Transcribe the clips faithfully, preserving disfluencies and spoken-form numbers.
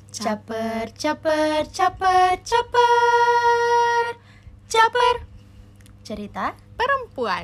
Caper, caper, caper, caper, caper. Cerita perempuan.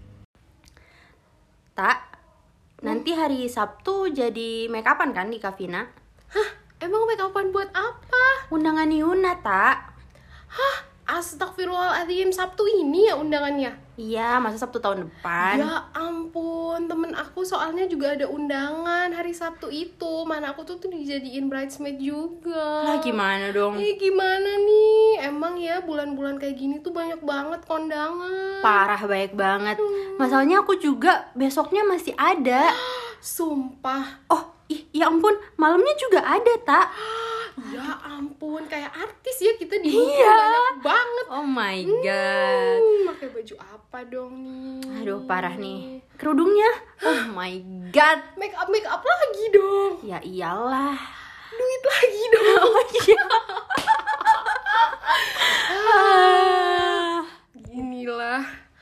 Tak, nanti hari Sabtu jadi make upan kan di Kavina? Hah? Emang make upan buat apa? Undangan Yuna, tak? Hah? Astagfirullahaladzim, Sabtu ini ya undangannya? Iya, masa Sabtu tahun depan? Ya ampun, temen aku soalnya juga ada undangan hari Sabtu itu. Mana aku tuh tuh dijadiin bridesmaid juga. Lah gimana dong? Eh gimana nih? Emang ya bulan-bulan kayak gini tuh banyak banget kondangan. Parah, baik banget. Masalahnya aku juga besoknya masih ada. Sumpah. Oh, ih, ya ampun, malamnya juga ada, tak? Ya ampun, kayak artis ya kita di Iya. banyak banget. Oh my god. Hmm, pakai baju apa dong nih? Aduh, parah nih. Kerudungnya, oh my god. Make up make up lagi dong. Ya iyalah. Duit lagi dong. Oh iya. Inilah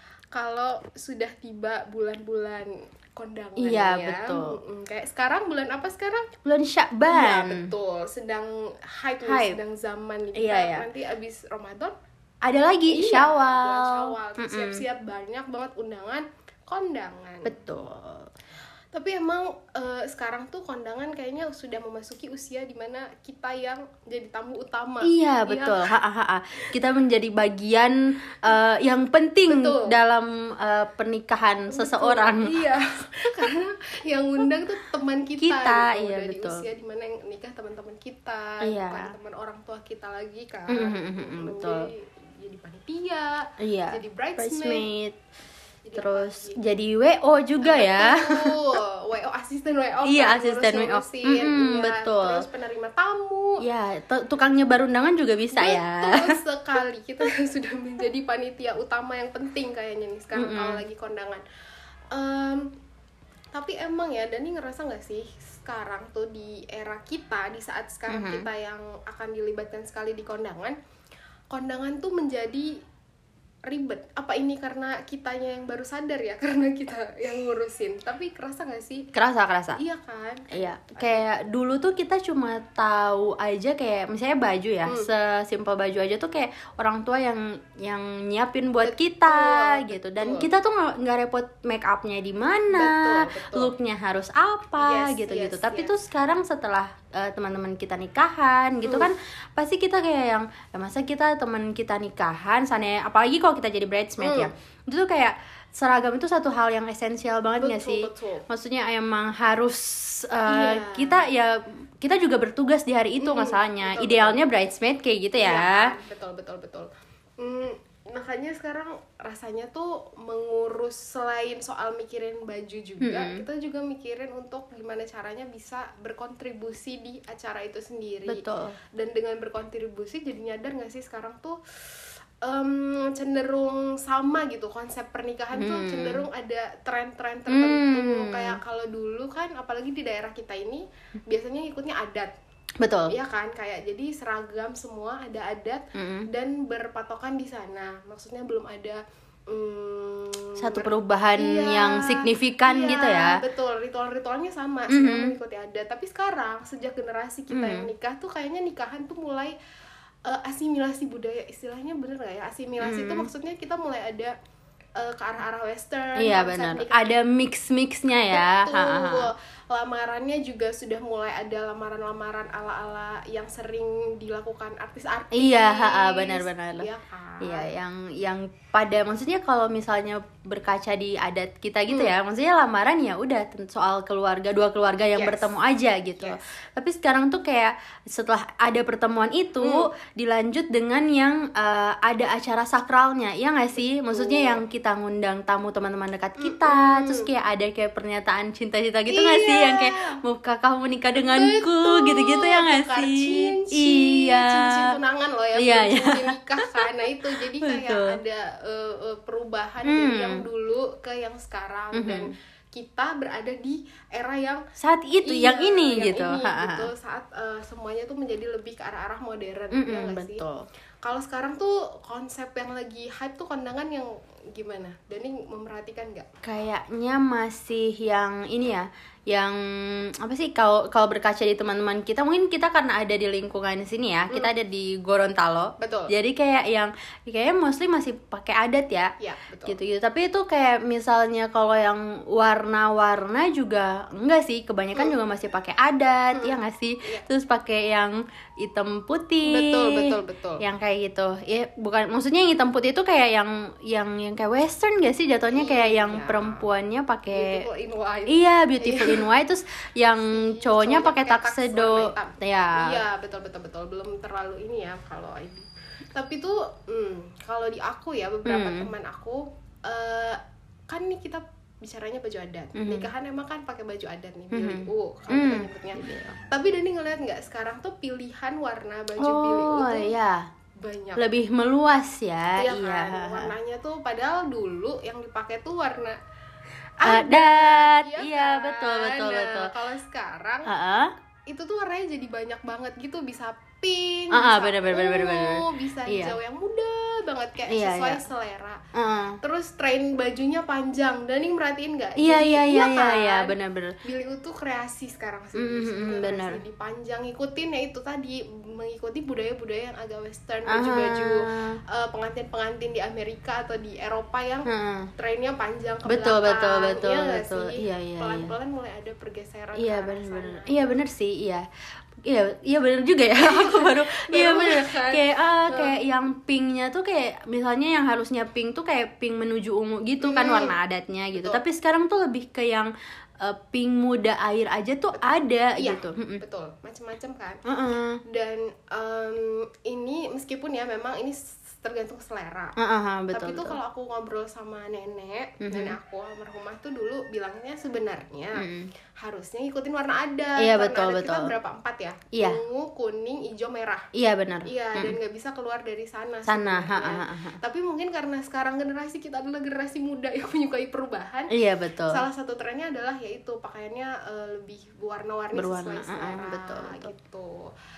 kalau sudah tiba bulan-bulan kondangan. Iya, ya. betul. Mm-mm. Kayak sekarang bulan apa sekarang? Bulan Iya Syakban. betul, sedang hype, nih, Hype. sedang zaman nih. Iya, Kita iya. nanti abis Ramadan Ada lagi iya, Syawal. bulan Syawal. Terus Mm-mm. siap-siap banyak banget undangan kondangan. Betul. Tapi emang eh, sekarang tuh kondangan kayaknya sudah memasuki usia dimana kita yang jadi tamu utama. Iya, betul. Ha, ha, ha. Kita menjadi bagian eh, yang penting Betul. dalam eh, pernikahan seseorang. Iya, karena yang undang tuh teman kita. Kita, gitu. iya, Udah betul. di usia dimana yang nikah teman-teman kita, Iya. bukan teman orang tua kita lagi kan. Mm, mm, mm, mm, betul. Jadi, jadi panitia, Iya. jadi bridesmaid, Bridesmaid. jadi Terus apa lagi? jadi W O juga ya. Betul, W O asisten W O. Iya, kan, asisten W O. ngurus-ngurusin. Mm-mm, Iya. betul. Terus penerima tamu. Ya, t- tukang nyebar undangan juga bisa ya. Betul sekali, kita sudah menjadi panitia utama yang penting kayaknya nih sekarang Mm-mm. kalau lagi kondangan. Em, tapi emang ya, Dani ngerasa nggak sih sekarang tuh di era kita, di saat sekarang Mhm. kita yang akan dilibatkan sekali di kondangan, kondangan tuh menjadi ribet. Apa ini karena kitanya yang baru sadar ya, karena kita yang ngurusin? Tapi kerasa nggak sih? Kerasa, kerasa. Iya kan? Iya, kayak dulu tuh kita cuma tahu aja kayak misalnya baju ya, Hmm. sesimpel baju aja tuh kayak orang tua yang yang nyiapin buat Betul, kita gitu. Dan betul. kita tuh nggak nggak repot make upnya di mana, Betul, betul. looknya harus apa Yes, gitu-gitu. yes, Tapi yes. tuh sekarang setelah eh, teman-teman kita nikahan gitu Hmm. kan, pasti kita kayak yang ya masa kita teman kita nikahan, sana apalagi kalau kita jadi bridesmaid Hmm. ya, itu tuh kayak seragam itu satu hal yang esensial banget nggak Betul, sih? betul. Maksudnya emang harus uh, Iya. kita ya kita juga bertugas di hari itu Mm-mm, masalahnya. betul, Idealnya bridesmaid kayak gitu Iya ya. kan? Betul betul betul. Hmm, makanya sekarang rasanya tuh mengurus selain soal mikirin baju juga, Mm-mm. kita juga mikirin untuk gimana caranya bisa berkontribusi di acara itu sendiri. Betul. Dan dengan berkontribusi jadi nyadar nggak sih sekarang tuh em, cenderung sama gitu konsep pernikahan tuh Hmm. cenderung ada tren-tren tertentu. Hmm. Kayak kalau dulu kan apalagi di daerah kita ini biasanya ikutnya adat. Betul. Iya kan, kayak jadi seragam semua ada adat Mm-mm. dan berpatokan di sana. Maksudnya belum ada mm, Satu ber- perubahan Iya, yang signifikan iya, gitu ya. Betul, ritual-ritualnya sama, Mhm. semua mengikuti adat. Tapi sekarang sejak generasi kita Mhm. yang nikah tuh kayaknya nikahan tuh mulai eh, asimilasi budaya, istilahnya bener nggak ya? Asimilasi itu Mhm. maksudnya kita mulai ada eh, ke arah-arah western. Iya konsep benar. nikah Ada mix-mixnya ya. Ha, ha, ha. Betul. Lamarannya juga sudah mulai ada lamaran-lamaran ala-ala yang sering dilakukan artis-artis. Iya, ha, ha, benar-benar. Iya kan? Iya, yang yang pada maksudnya kalau misalnya berkaca di adat kita gitu Hmm. ya, maksudnya lamaran ya udah ten- soal keluarga, dua keluarga yang Yes. bertemu aja gitu. Yes. Tapi sekarang tuh kayak setelah ada pertemuan itu Hmm. dilanjut dengan yang eh, ada acara sakralnya, ya nggak sih? Maksudnya Betul. yang kita ngundang tamu teman-teman dekat kita, Mm-mm. terus kayak ada kayak pernyataan cinta-cinta gitu nggak sih, Iya. yang kayak mau kakak mau nikah denganku Betul, gitu-gitu ya nggak tukar sih? cincin, Iya. cincin tunangan loh ya, Iya, bukan iya. cincin nikah kan. Nah itu jadi kayak Betul. ada eh, eh, perubahan Hmm. dari yang dulu ke yang sekarang. Mhm. Dan kita berada di era yang Saat itu iya, yang ini yang gitu. ini, Ha, ha, ha. gitu saat eh, semuanya tuh menjadi lebih ke arah-arah modern. Mm-mm, ya nggak sih? betul. kalau sekarang tuh konsep yang lagi hype tuh kondangan yang gimana? Dani memerhatikan nggak? Kayaknya masih yang ini ya, yang apa sih, kalau kalau berkaca di teman-teman kita, mungkin kita karena ada di lingkungan sini ya, kita ada di Gorontalo. Betul. Jadi kayak yang kayaknya mostly masih pakai adat ya. Iya, betul. Gitu-gitu. Tapi itu kayak misalnya kalau yang warna-warna juga enggak sih, kebanyakan Hmm. juga masih pakai adat, Hmm. ya nggak sih? Iya. Terus pakai yang hitam putih. Betul, betul, betul. Yang kayak gitu. Ya bukan, maksudnya yang hitam putih itu kayak yang yang yang kayak western gak sih jatuhnya, kayak yang Iya. perempuannya pakai Beautiful in white. iya beautiful in white, terus yang Si cowoknya pakai tux tuxedo warna hitam. ya. Iya, betul betul betul. Belum terlalu ini ya kalau I B. Tapi tuh hmm, kalau di aku ya, beberapa Hmm. teman aku eh, kan nih kita bicaranya baju adat. Mhm. Nikahan emang kan pakai baju adat nih, Mhm. biliu kalau kita Hmm. nyebutnya. Tapi Dani ngeliat nggak sekarang tuh pilihan warna baju biliu Oh tuh iya, banyak. lebih meluas ya. Iya Iya. kan, warnanya tuh padahal dulu yang dipakai tuh warna Adat, iya kan? betul betul Nah, betul. kalau sekarang Heeh. itu tuh warnanya jadi banyak banget gitu, bisa pink, Ah, ah, bisa bener, bener, bener, ungu, bener. bisa Iya. hijau yang muda banget kayak Iya, sesuai iya. selera. Heeh. Terus train bajunya panjang, dan ini merhatiin nggak? Iya Jadi, iya iya iya kan? iya bener-bener. Biliu tuh kreasi sekarang sih, Mm, mm, justru mm, kreasi. bener. Dipanjang, ngikutin ya itu tadi, mengikuti budaya-budaya yang agak western, Ah. baju-baju eh, pengantin-pengantin di Amerika atau di Eropa yang Heeh. trainnya panjang ke Betul, belakang. betul, betul, Iya nggak betul. sih? Iya, iya, Pelan-pelan mulai ada pergeseran Iya ke arah bener-bener. sana. Iya bener sih, iya. Iya, iya bener juga ya. Aku baru iya Baru bener. kan? Kayak ah Tuh. kayak yang pinknya tuh kayak misalnya yang harusnya pink tuh kayak pink menuju ungu gitu kan, Hmm. warna adatnya gitu. Betul. Tapi sekarang tuh lebih ke yang eh, pink muda air aja tuh ada Iya, gitu. Mm-mm. betul, macem-macem kan. Heeh. Dan em, ini meskipun ya memang ini s- tergantung selera. Heeh, betul. Tapi tuh betul. kalau aku ngobrol sama nenek, Mhm. nenek aku almarhumah tuh dulu bilangnya sebenarnya Mm-mm. harusnya ngikutin warna adat. Iya, Warna betul, adat betul. Kita berapa, empat ya? Iya. Ungu, kuning, hijau, merah. Iya benar. Iya, Mm-mm. dan nggak bisa keluar dari sana. Sana, sebenarnya. ha, ha, ha, ha. Tapi mungkin karena sekarang generasi kita adalah generasi muda yang menyukai perubahan. Iya betul. Salah satu trennya adalah yaitu pakaiannya eh, lebih warna-warni Berwarna, sesuai uh-uh, selera betul, betul. gitu.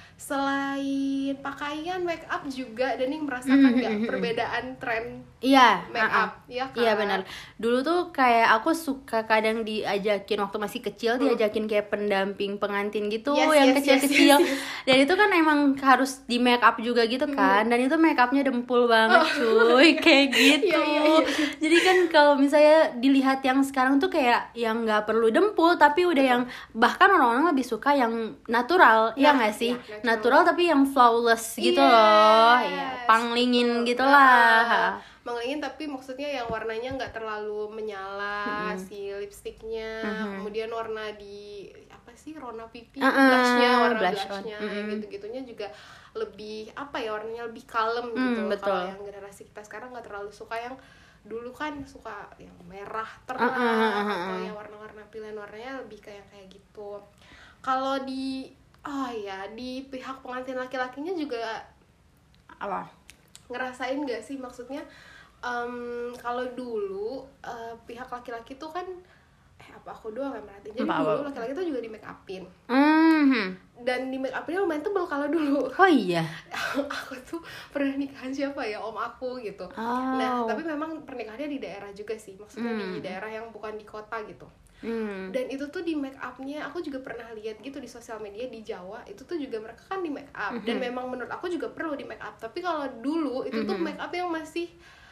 Selain pakaian, make up juga Dani merasakan nggak Mhm, mhm, perbedaan tren Iya, make ha-ha. up, ya kan? Iya benar. Dulu tuh kayak aku suka kadang diajakin waktu masih kecil, diajakin kayak pendamping pengantin gitu, Yes, yang yes, kecil-kecil. yes, yes, Dan itu kan emang harus di make up juga gitu kan. Dan itu make upnya dempul banget, cuy, kayak gitu. Iya, iya, iya. Jadi kan kalau misalnya dilihat yang sekarang tuh kayak yang nggak perlu dempul, tapi udah yang bahkan orang-orang lebih suka yang natural, ya Nah, nggak sih? iya, natural. tapi yang flawless gitu Yes, loh, ya panglingin betul. gitulah. Nah, manglingin tapi maksudnya yang warnanya nggak terlalu menyala, Mm-mm. si lipstiknya, Mhm. kemudian warna di apa sih, rona pipi, Uh-uh, blushnya, warna blush on. blushnya, Mm-mm. yang gitu-gitunya juga lebih apa ya, warnanya lebih kalem Mm, gitu. betul. Kalau yang generasi kita sekarang nggak terlalu suka yang dulu kan suka yang merah terang, Uh-uh, uh-uh, atau uh-uh. yang warna-warna pilihan warnanya lebih kayak kayak gitu. Kalau di oh ya di pihak pengantin laki-lakinya juga Apa? ngerasain gak sih, maksudnya em, kalau dulu eh, pihak laki-laki tuh kan eh apa aku doang yang merhatiin, jadi Apa, dulu apa? laki-laki tuh juga di make upin, Hmm. dan di make upinnya lumayan tebel kalau dulu. Oh iya. Aku tuh pernah nikahan siapa ya, om aku gitu. Oh. Nah tapi memang pernikahannya di daerah juga sih, maksudnya di Hmm. daerah yang bukan di kota gitu. Hmm. Dan itu tuh di make upnya aku juga pernah lihat gitu di sosial media di Jawa, itu tuh juga mereka kan di make up, dan memang menurut aku juga perlu di make up. Tapi kalau dulu itu tuh Mhm. make up yang masih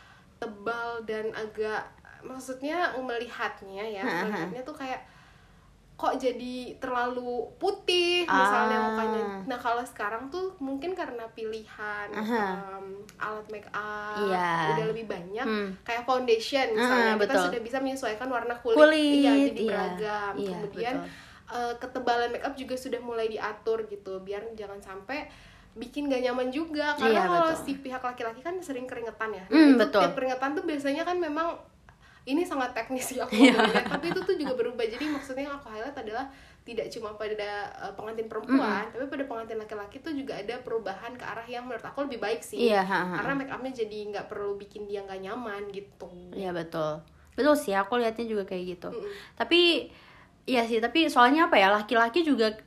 tebal dan agak, maksudnya melihatnya ya, Ha-ha. melihatnya tuh kayak kok jadi terlalu putih misalnya Ah. mukanya. Nah kalau sekarang tuh mungkin karena pilihan Aha. em, alat make up Iya. udah lebih banyak, Hmm. kayak foundation misalnya Ah, kita betul. sudah bisa menyesuaikan warna kulit, Kulit, iya jadi iya. beragam. Iya, Kemudian betul. eh, ketebalan make up juga sudah mulai diatur gitu, biar jangan sampai bikin gak nyaman juga, karena Iya, kalau betul. si pihak laki-laki kan sering keringetan ya. Hmm, Itu betul. tiap keringetan tuh biasanya kan memang ini sangat teknis ya aku Iya. ngomongnya, tapi itu tuh juga berubah. Jadi maksudnya yang aku highlight adalah tidak cuma pada uh, pengantin perempuan, tapi pada pengantin laki-laki tuh juga ada perubahan ke arah yang menurut aku lebih baik sih. Iya, ha, ha. Karena make upnya jadi nggak perlu bikin dia nggak nyaman gitu. Iya betul. Betul sih, aku lihatnya juga kayak gitu. Mm-mm. Tapi iya sih, tapi soalnya apa ya, laki-laki juga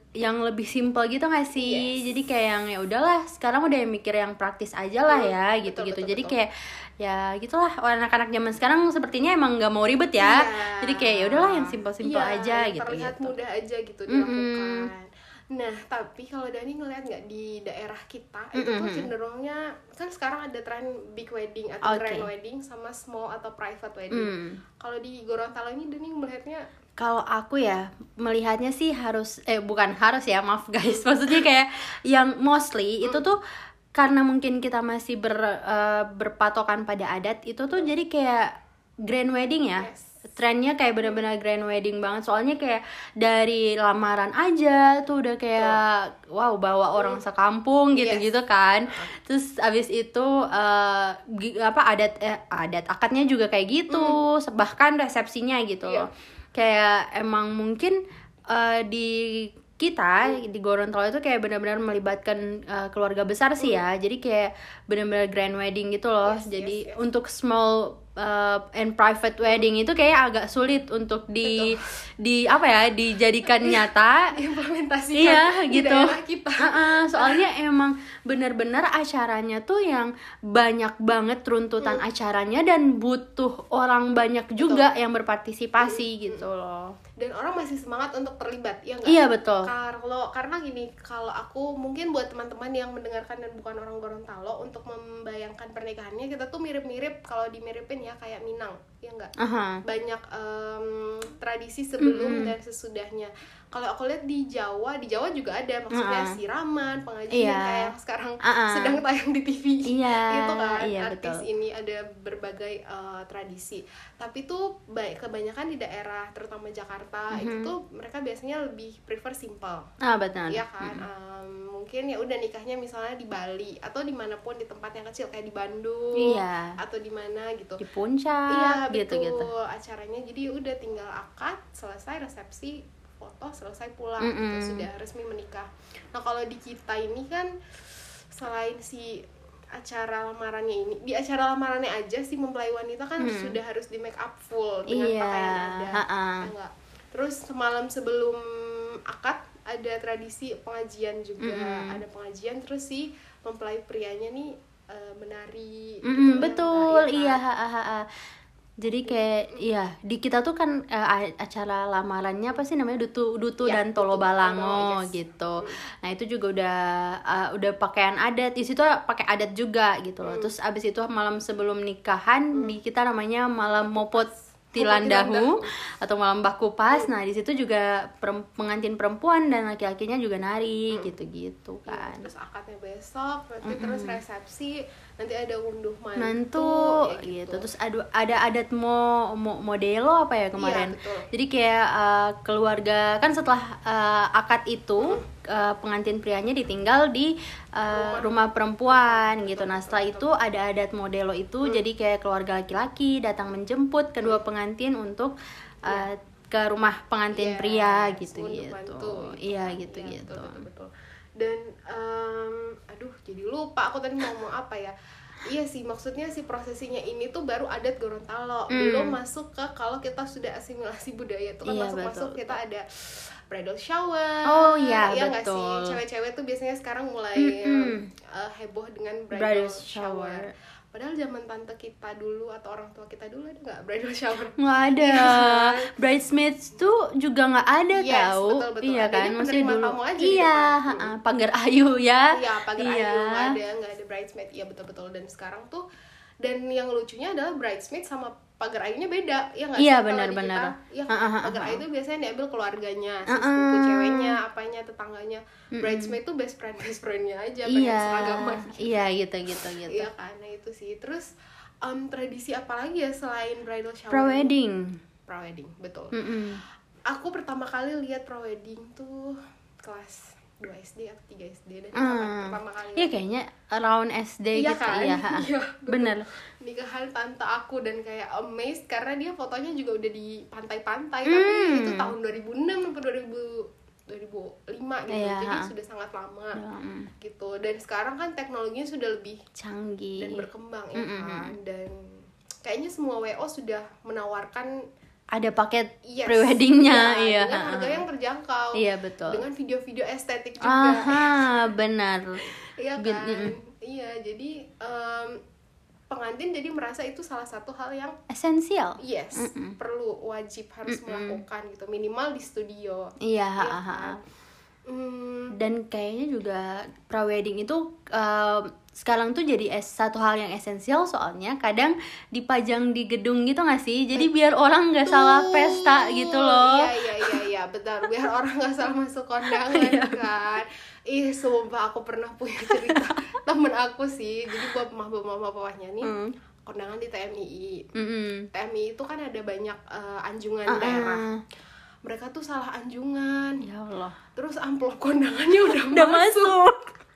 yang lebih simple gitu nggak sih? Yes. Jadi kayak yang ya udahlah sekarang udah yang mikir yang praktis aja lah Hmm, ya betul, gitu-gitu. betul, Jadi betul. kayak ya gitulah anak-anak zaman sekarang sepertinya emang nggak mau ribet ya. Iya. Jadi kayak ya udahlah yang simple-simple Iya, aja yang gitu terlihat gitu. mudah aja gitu Mm-mm. dilakukan. Nah, tapi kalau Dani ngeliat nggak di daerah kita itu tuh Mm-mm. cenderungnya kan sekarang ada tren big wedding atau Oke. grand wedding sama small atau private wedding. Mm. Kalau di Gorontalo ini Dani melihatnya Kalau aku ya melihatnya sih harus eh bukan harus ya, maaf guys. Maksudnya kayak yang mostly itu tuh karena mungkin kita masih ber eh, berpatokan pada adat itu tuh jadi kayak grand wedding ya. Yes. Trennya kayak benar-benar grand wedding banget. Soalnya kayak dari lamaran aja tuh udah kayak wow bawa orang sekampung gitu-gitu kan. Terus abis itu eh, gi- apa adat eh, adat akadnya juga kayak gitu. Bahkan resepsinya gitu Iya. loh. Kayak emang mungkin uh, di kita di Gorontalo itu kayak benar-benar melibatkan uh, keluarga besar sih ya. Jadi kayak benar-benar grand wedding gitu loh. Yes, Jadi yes, yes. untuk small uh, and private wedding itu kayak agak sulit untuk di di apa ya dijadikan nyata. implementasikan Iya di gitu. daerah kita. Uh-uh, soalnya emang benar-benar acaranya tuh yang banyak banget runtutan acaranya dan butuh orang banyak juga yang berpartisipasi gitu loh. Dan orang masih semangat untuk terlibat, ya nggak? Iya, betul. Kalau karena gini, kalau aku mungkin buat teman-teman yang mendengarkan dan bukan orang Gorontalo untuk membayangkan pernikahannya kita tuh mirip-mirip kalau dimiripin ya kayak Minang, ya nggak? Aha. Banyak em, tradisi sebelum dan sesudahnya. Kalau aku lihat di Jawa, di Jawa juga ada maksudnya Uh-uh. siraman, pengajian Iya. kayak yang sekarang Uh-uh. sedang tayang di T V. Iya, Itu kan iya, artis betul. ini ada berbagai uh, tradisi. Tapi tuh baik kebanyakan di daerah terutama Jakarta itu tuh mereka biasanya lebih prefer simple. Ah betul. Iya kan, Em, mungkin ya udah nikahnya misalnya di Bali atau dimanapun di tempat yang kecil kayak di Bandung Iya. atau di mana gitu. Di puncak Iya gitu-gitu. betul acaranya, jadi udah tinggal akad selesai, resepsi, foto, selesai pulang Mm-mm. gitu, sudah resmi menikah. Nah kalau di kita ini kan selain si acara lamarannya ini, di acara lamarannya aja si mempelai wanita kan sudah harus di make up full dengan Iya, pakaian adat, ha-ha. ya enggak? Terus semalam sebelum akad ada tradisi pengajian juga, ada pengajian, terus si mempelai prianya nih eh, menari Mm-mm, gitu, ya betul, enggak? Ya iya, kan? ha, ha, ha. Jadi kayak iya di kita tuh kan eh, a- acara lamarannya apa sih namanya dutu dutu Ya, dan dutu, tolo balango yes. gitu. Nah itu juga udah uh, udah pakaian adat di situ pakai adat juga gitu loh. Terus abis itu malam sebelum nikahan di kita namanya malam mopot tilandahu atau malam bakupas. Nah di situ juga perem- pengantin perempuan dan laki-lakinya juga nari gitu-gitu kan. Terus akadnya besok, nanti terus resepsi, nanti ada unduh mantu, Mantu ya gitu. Terus ada ada adat mo, mo modelo apa ya kemarin. Iya, betul. Jadi kayak uh, keluarga kan setelah uh, akad itu uh, pengantin prianya ditinggal di uh, rumah. perempuan gitu. Nah, setelah itu ada adat modelo itu jadi kayak keluarga laki-laki datang menjemput kedua pengantin untuk uh, ke rumah pengantin Yes, pria gitu unduh gitu. mantu. Iya gitu Iya, gitu. betul, betul, betul. Dan em, aduh jadi lupa aku tadi mau ngomong apa ya. Iya sih, maksudnya si prosesinya ini tuh baru adat Gorontalo, belum masuk ke kalau kita sudah asimilasi budaya tuh kan Iya, masuk-masuk betul, kita ada bridal shower. Oh, iya, iya nggak betul. sih, cewek-cewek tuh biasanya sekarang mulai Mm-mm. eh, heboh dengan Bridal bridal, shower. shower. Padahal zaman tante kita dulu atau orang tua kita dulu ada nggak bridal shower? Nggak ada. Iya kan? Bridesmaids tuh juga nggak ada Yes, tahu. betul, betul. Iya Adanya kan, maksudnya penerima dulu. tamu aja di Iya, depan. ha-ha, pagar ayu ya. Iya, pagar Iya. ayu nggak ada, nggak ada bridesmaid. Iya betul-betul. Dan sekarang tuh, dan yang lucunya adalah bridesmaid sama pagar ayunya beda, ya nggak sih? Iya, Kalau di benar-benar. kita, ya Ah, ah, ah, pagar ah. ayu itu biasanya diambil keluarganya, si Ah, sepupu ah. ceweknya, apanya, tetangganya. Bridesmaid tuh best friend best friendnya aja, pengen Iya. seragaman. Iya, gitu gitu gitu. Iya, karena itu sih. Terus em, tradisi apa lagi ya selain bridal shower? Pre-wedding. Pre-wedding, betul. Mm-mm. Aku pertama kali lihat pre-wedding tuh kelas dua S D atau tiga S D dan Hmm. kapan pertama kali Iya kayaknya around S D Iya gitu. kan? Iya, ha-ha. Iya, bener. nikahan tante aku, dan kayak amazed karena dia fotonya juga udah di pantai-pantai, Hmm. tapi itu tahun dua ribu enam sampai dua ribu dua ribu lima gitu, Iya, jadi ha. sudah sangat lama Mm. gitu. Dan sekarang kan teknologinya sudah lebih Canggih. dan berkembang ya Mm-mm. kan, dan kayaknya semua W O sudah menawarkan ada paket yes, preweddingnya, ya, iya. dengan harga yang terjangkau, iya betul. Dengan video-video estetik juga, aha benar, iya kan, mm-mm. iya jadi um, pengantin jadi merasa itu salah satu hal yang esensial, yes, Mm-mm. perlu wajib harus Mm-mm. melakukan gitu, minimal di studio, iya. ya ha, ha. kan? Hmm, Dan kayaknya juga prawedding itu um, sekarang tuh jadi es, satu hal yang esensial, soalnya kadang dipajang di gedung gitu nggak sih, jadi biar orang nggak salah pesta gitu loh. Iya iya iya iya betul, biar orang nggak salah masuk kondangan kan. Ih sumpah aku pernah punya cerita temen aku sih, jadi buat mama-mama-mamanya nih Mm. kondangan di T M I I. Mm-mm. T M I I itu kan ada banyak uh, anjungan Uh-uh. daerah. Mereka tuh salah anjungan. Ya Allah. Terus amplop kondangannya udah, Udah masuk. masuk.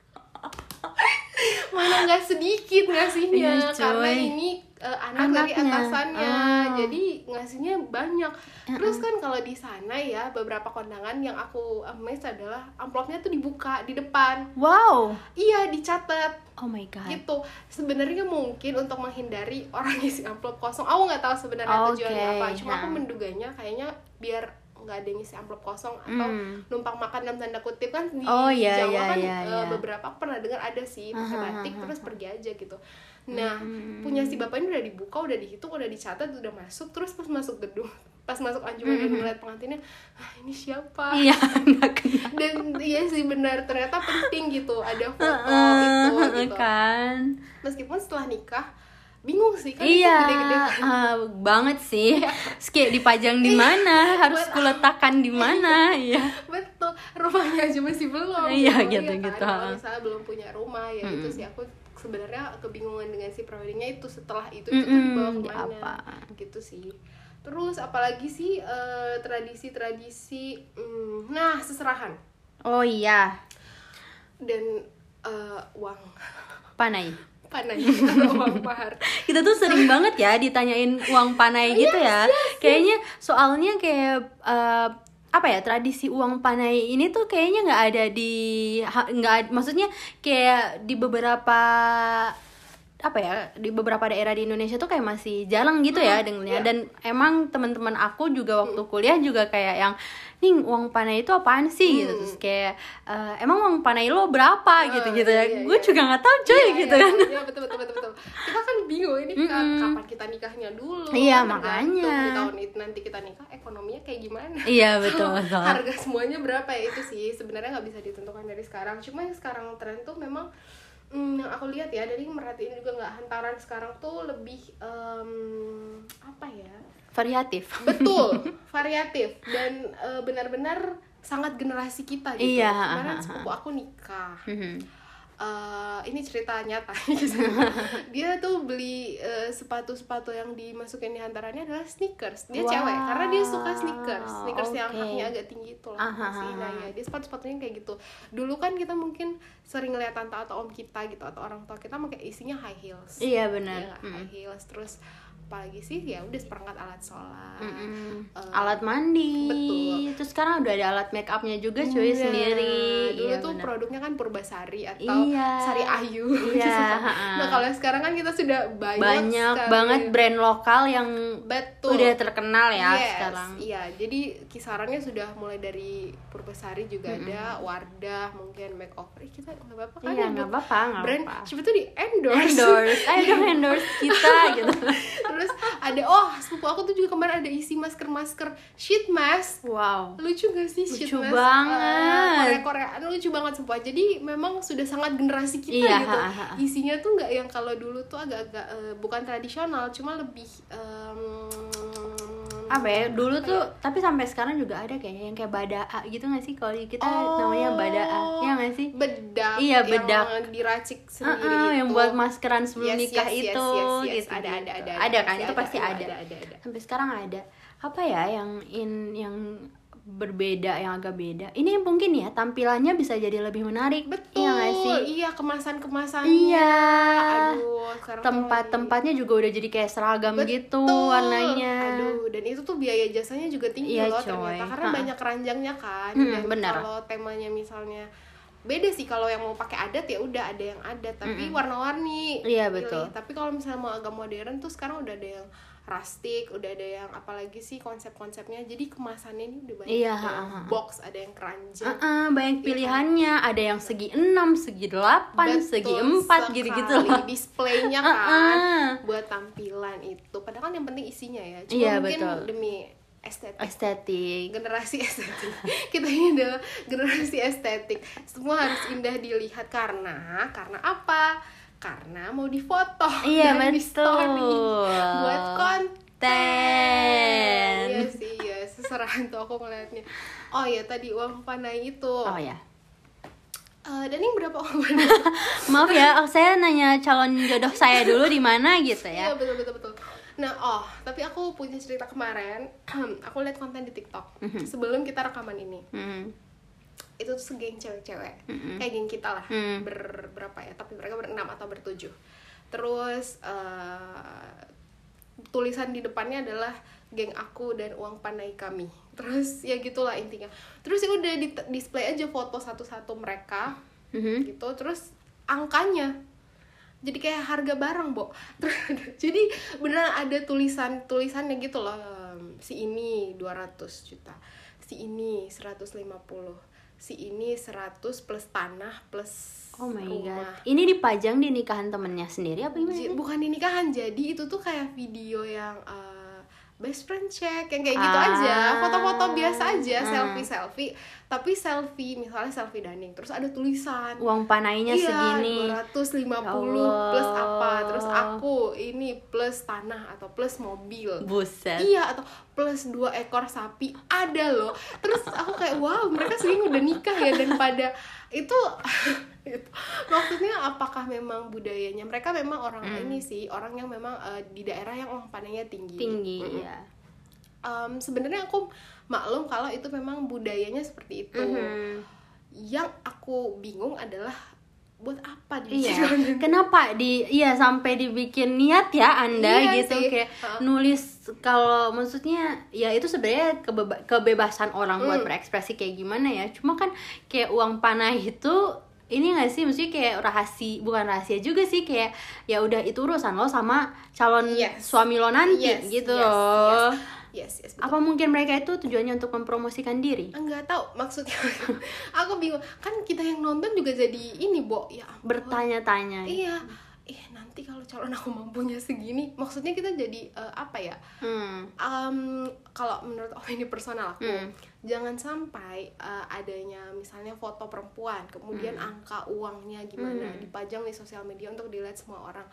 Mana nggak sedikit ngasihnya, Iya, coy. karena ini uh, anak dari Anaknya. atasannya, Oh. jadi ngasihnya banyak. Terus kan kalau di sana ya beberapa kondangan yang aku amazed adalah amplopnya tuh dibuka di depan. Wow. Iya, dicatat. Oh my god. Gitu. Sebenarnya mungkin untuk menghindari orang isi amplop kosong. Aku nggak tahu sebenarnya Oke, tujuannya apa. Cuma aku nah. menduganya kayaknya biar nggak ada yang ngisi amplop kosong atau Hmm. numpang makan dalam tanda kutip kan di Oh, iya, Jawa iya, kan iya, eh, iya. beberapa aku pernah dengar ada sih pakai Aha, batik aha, terus aha. pergi aja gitu. Nah, Hmm. punya si bapaknya udah dibuka, udah dihitung, udah dicatat, udah masuk, terus pas masuk gedung, pas masuk anjungan dan ngeliat pengantinnya, ah ini siapa? Iya, nggak kenal. Dan iya sih benar, ternyata penting gitu, ada foto itu gitu. Kan. Meskipun setelah nikah bingung sih kan Iya, itu gede-gede. ah, banget sih. Terus kayak dipajang di mana, harus Buat kuletakkan di mana, iya. Betul, rumahnya aja masih belum. Iya, gitu, gitu, ya kan? gitu. Kalau misalnya belum punya rumah ya Mm-mm. itu sih aku sebenarnya kebingungan dengan si preweddingnya itu, setelah itu Mm-mm, itu tuh dibawa di kemana apa? gitu sih. Terus apalagi sih eh, tradisi-tradisi, hmm, nah seserahan Oh iya, dan eh, uang panai. panai atau uang mahar. Kita tuh sering banget ya ditanyain uang panai gitu ya. Kayaknya soalnya kayak eh, apa ya, tradisi uang panai ini tuh kayaknya nggak ada di ha- nggak ad- maksudnya kayak di beberapa apa ya, di beberapa daerah di Indonesia tuh kayak masih jarang gitu ya dengernya. iya. Dan emang teman-teman aku juga waktu kuliah juga kayak yang nih uang panai itu apaan sih gitu, terus kayak "Eh, emang uang panai lo berapa gitu gitu ya, iya, gue iya. juga nggak tahu cuy Iya, gitu iya, kan. iya, betul betul betul betul. Kita kan bingung ini kan Mm-mm. kapan kita nikahnya dulu. Iya, kan tergantung makanya. di tahun itu nanti kita nikah ekonominya kayak gimana. Iya betul betul. Harga semuanya berapa ya, itu sih sebenarnya nggak bisa ditentukan dari sekarang. Cuma yang sekarang tren tuh memang hmm, yang aku lihat ya, dari merhatiin juga nggak, hantaran sekarang tuh lebih em, apa ya? Variatif. Betul, variatif dan eh, benar-benar sangat generasi kita gitu. Iya, Kemarin ha, ha, sepupu aku nikah. Mhm. Eh, ini cerita nyata. Dia tuh beli eh, sepatu-sepatu yang dimasukin di hantarannya adalah sneakers. Dia Wow, cewek karena dia suka sneakers, sneakers yang oke. kakinya agak tinggi itu lah. Aha, sih. Nah ya, dia sepatu-sepatunya kayak gitu. Dulu kan kita mungkin sering ngeliat tante atau om kita gitu atau orang tua kita pakai isinya high heels. Iya benar. Ya, nggak? High heels, terus apalagi sih ya udah seperangkat alat sholat. Mm-mm. Eh, Alat mandi. betul. Terus sekarang udah ada alat make upnya juga cuy Iya, sendiri. dulu Iya, tuh benar. produknya kan Purbasari atau Iya. Sari Ayu. Iya, Sumpah. ha-ha. Nah kalau sekarang kan kita sudah banyak, Banyak sekali. banget brand lokal yang Betul. udah terkenal ya Yes, sekarang. Iya, jadi kisarannya sudah mulai dari Purbasari juga ada, Wardah, mungkin Makeover. Ih, kita nggak apa-apa kan Iya ya, nggak apa-apa, nggak brand apa-apa. siapa tuh di endorse. Endorse, ayo dong endorse kita gitu. Terus ada, oh sepupu aku tuh juga kemarin ada isi masker-masker sheet mask. Wow. Lucu gak sih Lucu sheet mask? banget. Uh, Korea-Koreaan lucu banget sumpah. Jadi memang sudah sangat generasi kita Iya, gitu. ha, ha. Isinya tuh nggak yang kalau dulu tuh agak-agak uh, bukan tradisional, cuma lebih um, Apa ya, dulu tuh tapi sampai sekarang juga ada kayaknya yang kayak badaa gitu nggak sih, kalau di kita namanya badaa ya nggak sih? bedak, Iya, bedak. yang diracik sendiri Uh-uh, itu. yang buat maskeran sebelum Yes, nikah yes, yes, itu yes, yes. gitu. Ada, ada, ada, Ada kan, Pasti itu pasti Iya, ada. ada, ada, ada. Sampai sekarang ada. Apa ya yang in yang berbeda, yang agak beda. Ini mungkin ya tampilannya bisa jadi lebih menarik. Betul, Iya nggak sih? iya kemasan-kemasannya. Iya. Aduh, sekarang tuh Tempat-tempatnya juga udah jadi kayak seragam Betul. gitu warnanya. Aduh, dan itu tuh biaya jasanya juga tinggi Iya, loh coy. ternyata karena Ha-ha. banyak keranjangnya kan. Hmm, Dan benar. kalau temanya misalnya beda sih. Kalau yang mau pakai adat ya udah ada yang adat tapi mm-hmm. warna-warni. Iya pilih. betul. Tapi kalau misalnya mau agak modern tuh sekarang udah ada yang rustic, udah ada yang apalagi sih konsep-konsepnya. Jadi kemasannya ini udah banyak. Iya, ada yang box, ada yang keranjang. Uh-uh, banyak pilihannya. Ya. Ada yang segi enam, segi delapan, betul, segi empat gitu-gitu loh. Displaynya kan uh-uh. buat tampilan itu. Padahal kan yang penting isinya ya. Cuma iya, mungkin betul. demi estetik. Estetik. Generasi estetik. Kita ini adalah generasi estetik. Semua harus indah dilihat karena karena apa? Karena mau difoto iya, dan betul. di story buat konten. Iya sih, ya seserahan tuh aku ngeliatnya. Oh ya tadi uang panai itu. Oh ya. Uh, dan ini berapa uang panai? Maaf ya, saya nanya calon jodoh saya dulu di mana gitu ya. Iya betul betul betul. Nah oh, tapi aku punya cerita kemarin. Aku lihat konten di TikTok mm-hmm. sebelum kita rekaman ini. Mm-hmm. Itu tuh segeng cewek-cewek mm-hmm. kayak geng kita lah mm. ber berapa ya tapi mereka berenam atau bertujuh. Terus uh, tulisan di depannya adalah geng aku dan uang panai kami. Terus ya gitulah intinya. Terus ya udah di display aja foto satu-satu mereka mm-hmm. gitu. Terus angkanya jadi kayak harga barang, Bo. Jadi beneran ada tulisan-tulisannya gitu loh. Si ini dua ratus juta, si ini seratus lima puluh, si ini seratus plus tanah plus oh my rumah. God. Ini dipajang di nikahan temennya sendiri apa gimana? Bukan di nikahan, jadi itu tuh kayak video yang uh, best friend check yang kayak gitu ah. aja, foto-foto biasa aja, hmm. selfie-selfie, tapi selfie misalnya selfie dining, terus ada tulisan uang panainya iya, segini dua ratus lima puluh plus apa, terus aku ini plus tanah atau plus mobil, buset, iya atau plus dua ekor sapi ada loh. Terus aku kayak wow mereka segini udah nikah ya, dan pada itu itu maksudnya apakah memang budayanya mereka memang orang mm. ini sih orang yang memang uh, di daerah yang uang panainya tinggi tinggi mm-hmm. ya. Um, sebenarnya aku maklum kalau itu memang budayanya seperti itu. Mm-hmm. Yang aku bingung adalah buat apa di iya. Kenapa di iya sampai dibikin niat ya Anda iya gitu sih. Kayak huh? nulis kalau maksudnya ya itu sebenarnya kebeba- kebebasan orang mm. buat berekspresi kayak gimana ya. Cuma kan kayak uang panai itu ini nggak sih, maksudnya kayak rahasia, bukan rahasia juga sih, kayak ya udah itu urusan lo sama calon yes. suami lo nanti yes, gitu yes, loh. Yes, yes, yes, betul. Apa mungkin mereka itu tujuannya untuk mempromosikan diri? Enggak tahu maksudnya. Aku bingung. Kan kita yang nonton juga jadi ini, Bo. Ya ampun. Bertanya-tanya. Iya. Eh nanti kalau calon aku mampunya segini, maksudnya kita jadi uh, apa ya? Hmm. Um, kalau menurut aku ini personal aku, hmm. jangan sampai uh, adanya misalnya foto perempuan, kemudian hmm. angka uangnya gimana hmm. dipajang di sosial media untuk dilihat semua orang.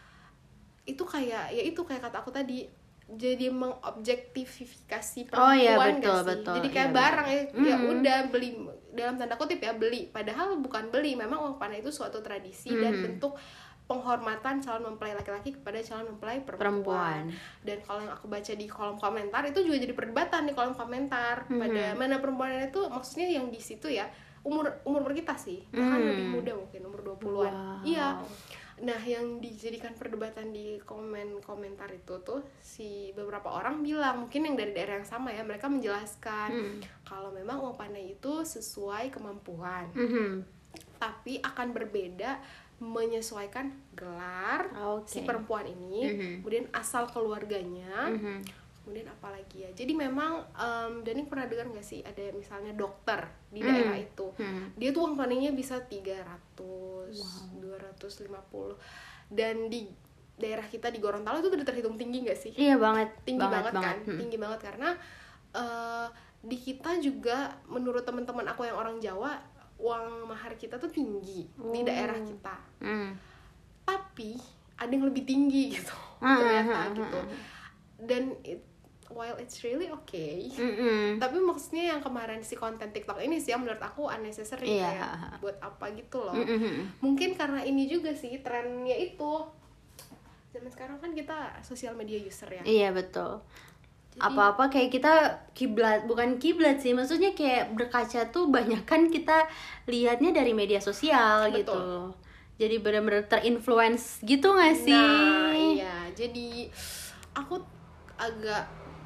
Itu kayak ya itu kayak kata aku tadi, jadi mengobjektifikasi perempuan. Oh iya betul gak sih? Betul. Jadi kayak iya, barang ya, mm-hmm. ya udah beli dalam tanda kutip ya beli. Padahal bukan beli, memang uang panai itu suatu tradisi mm-hmm. dan bentuk penghormatan calon mempelai laki-laki kepada calon mempelai perempuan. perempuan. Dan kalau yang aku baca di kolom komentar itu juga jadi perdebatan di kolom komentar mm-hmm. pada mana perempuan itu maksudnya yang di situ ya umur umur kita sih, bahkan mm. lebih muda mungkin umur dua puluhan. Wow. Iya. Nah, yang dijadikan perdebatan di komen-komentar itu tuh si beberapa orang bilang, mungkin yang dari daerah yang sama ya, mereka menjelaskan hmm. kalau memang uang panai itu sesuai kemampuan. Hmm. Tapi akan berbeda menyesuaikan gelar okay. si perempuan ini, hmm. kemudian asal keluarganya, hmm. kemudian apa lagi ya. Jadi memang um, Dani pernah dengar nggak sih ada misalnya dokter di hmm. daerah itu, hmm. dia tuh uang panainya bisa tiga ratus, wow. dua ratus lima puluh, dan di daerah kita di Gorontalo itu udah terhitung tinggi nggak sih? Iya banget, tinggi banget, banget, kan, banget. Hmm. tinggi banget karena uh, di kita juga menurut teman-teman aku yang orang Jawa uang mahar kita tuh tinggi oh. di daerah kita, hmm. tapi ada yang lebih tinggi gitu hmm. ternyata hmm. gitu, dan it, while it's really okay, mm-hmm. tapi maksudnya yang kemarin si konten TikTok ini sih yang menurut aku unnecessary yeah. kayak buat apa gitu loh. Mm-hmm. Mungkin karena ini juga sih trennya itu zaman sekarang kan kita sosial media user ya. Iya betul. Jadi, apa-apa kayak kita kiblat, bukan kiblat sih, maksudnya kayak berkaca tuh banyak kan kita lihatnya dari media sosial betul. Gitu. Jadi benar-benar terinfluence gitu nggak sih? Nah iya, jadi aku agak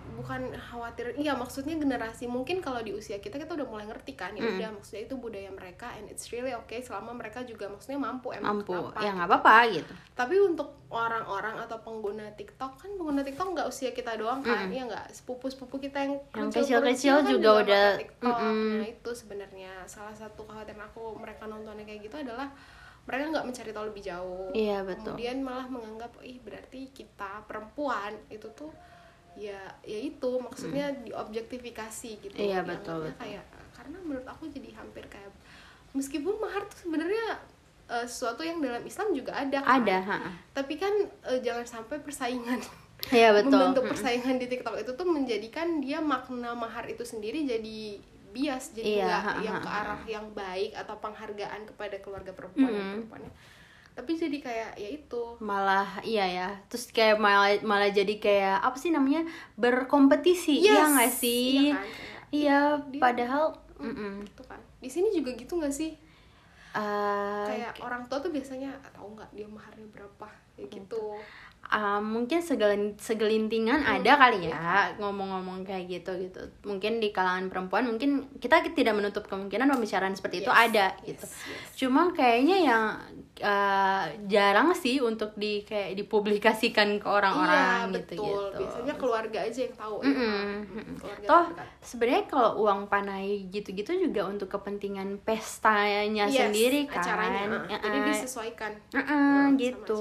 bukan khawatir, iya maksudnya generasi mungkin kalau di usia kita kita udah mulai ngerti kan, ya udah mm. maksudnya itu budaya mereka and it's really okay selama mereka juga maksudnya mampu emang mampu apa, ya nggak gitu. apa-apa gitu. Tapi untuk orang-orang atau pengguna TikTok kan, pengguna TikTok nggak usia kita doang kan, mm. ya nggak, sepupu-sepupu kita yang, yang kecil-kecil kan juga, juga udah TikTok. Nah itu sebenarnya salah satu kekhawatiran aku mereka nontonnya kayak gitu adalah mereka nggak mencari tahu lebih jauh, iya, betul. Kemudian malah menganggap, ih berarti kita perempuan itu tuh ya ya itu maksudnya hmm. diobjektifikasi gitu. Iya betul, betul. Kayak karena menurut aku jadi hampir kayak meskipun mahar tuh sebenarnya uh, sesuatu yang dalam Islam juga ada kan? Ada, ha. Tapi kan uh, jangan sampai persaingan iya, betul. membentuk persaingan di TikTok itu tuh menjadikan dia makna mahar itu sendiri jadi bias, jadi nggak iya, yang ke arah yang baik atau penghargaan kepada keluarga perempuan hmm. perempuannya. Tapi jadi kayak ya itu malah iya ya, terus kayak malah malah jadi kayak apa sih namanya, berkompetisi, yes, ya nggak sih? Iya, kan? Iya, dia, padahal gitu kan. Di sini juga gitu nggak sih? Uh, kayak orang tua tuh biasanya tahu nggak dia maharnya berapa, kayak gitu. Uh, mungkin segelin, segelintingan hmm, ada kali ya, ya ngomong-ngomong kayak gitu gitu. Mungkin di kalangan perempuan mungkin kita tidak menutup kemungkinan pembicaraan seperti yes, itu ada yes, gitu. Yes. Cuma kayaknya yang uh, jarang sih untuk di kayak dipublikasikan ke orang-orang iya, gitu betul. gitu. Biasanya keluarga aja yang tahu. Mm-mm. Ya, keluarga toh sebenarnya kalau uang panai gitu-gitu juga untuk kepentingan pestanya yes, sendiri kan. Acaranya. Uh, uh, jadi disesuaikan. Uh, uh, gitu,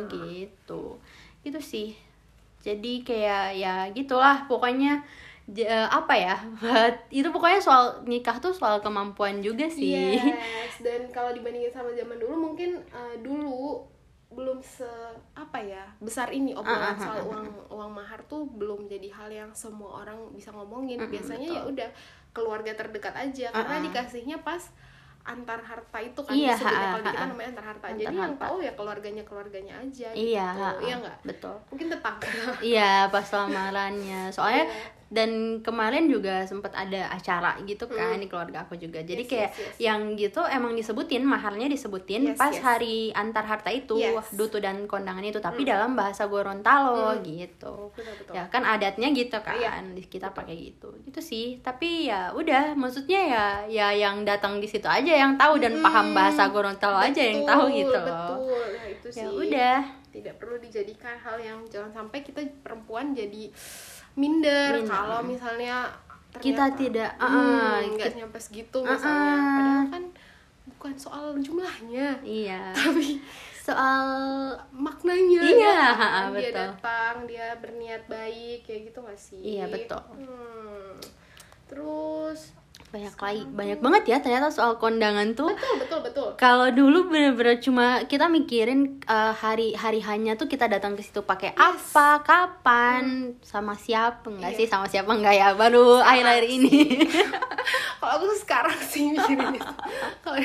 gitu. Itu sih. Jadi kayak ya gitulah pokoknya j- apa ya? Itu pokoknya soal nikah tuh soal kemampuan juga sih. Yes, dan kalau dibandingin sama zaman dulu mungkin uh, dulu belum se apa ya besar ini obrolan uh, uh, soal uh, uh, uang uang mahar tuh belum jadi hal yang semua orang bisa ngomongin. Uh, biasanya ya udah keluarga terdekat aja uh, karena uh. dikasihnya pas antar harta itu kan, iya, disebutnya ha, kalau di kita ha, namanya antar harta. Antar jadi harta. Yang tahu ya keluarganya keluarganya aja. Iya, gitu. Ha, Iya nggak? Betul. Mungkin tetangga. Iya, pas lamarannya. Soalnya dan kemarin juga sempat ada acara gitu kan hmm. di keluarga aku juga. Jadi yes, kayak yes, yes. yang gitu emang disebutin, maharnya disebutin yes, pas yes. hari antar harta itu, yes. dutu dan kondangan itu, tapi hmm. dalam bahasa Gorontalo hmm. gitu. Betul, betul. Ya kan adatnya gitu kan. Iya. Kita pakai gitu. Itu sih. Tapi ya udah, maksudnya ya ya yang datang di situ aja yang tahu dan hmm. paham bahasa Gorontalo betul, aja yang tahu gitu loh. Betul. Nah, itu sih. Ya udah. Tidak perlu dijadikan hal yang jangan sampai kita perempuan jadi minder, minder. Kalau misalnya kita tidak nggak uh, nyampe segitu misalnya, uh, padahal kan bukan soal jumlahnya, iya, tapi soal maknanya. Iya, ya, ha, dia betul. datang, dia berniat baik, kayak gitu nggak sih? Iya betul. Hmm. Terus banyak lagi, banyak banget ya ternyata soal kondangan tuh. Betul betul betul. Kalau dulu bener-bener cuma kita mikirin uh, hari hari hanya tuh kita datang ke situ pakai yes. apa, kapan, hmm. sama siapa enggak yes. sih, sama siapa enggak ya, baru akhir-akhir ini. Kalau aku tuh sekarang sih mikirin itu. Kalau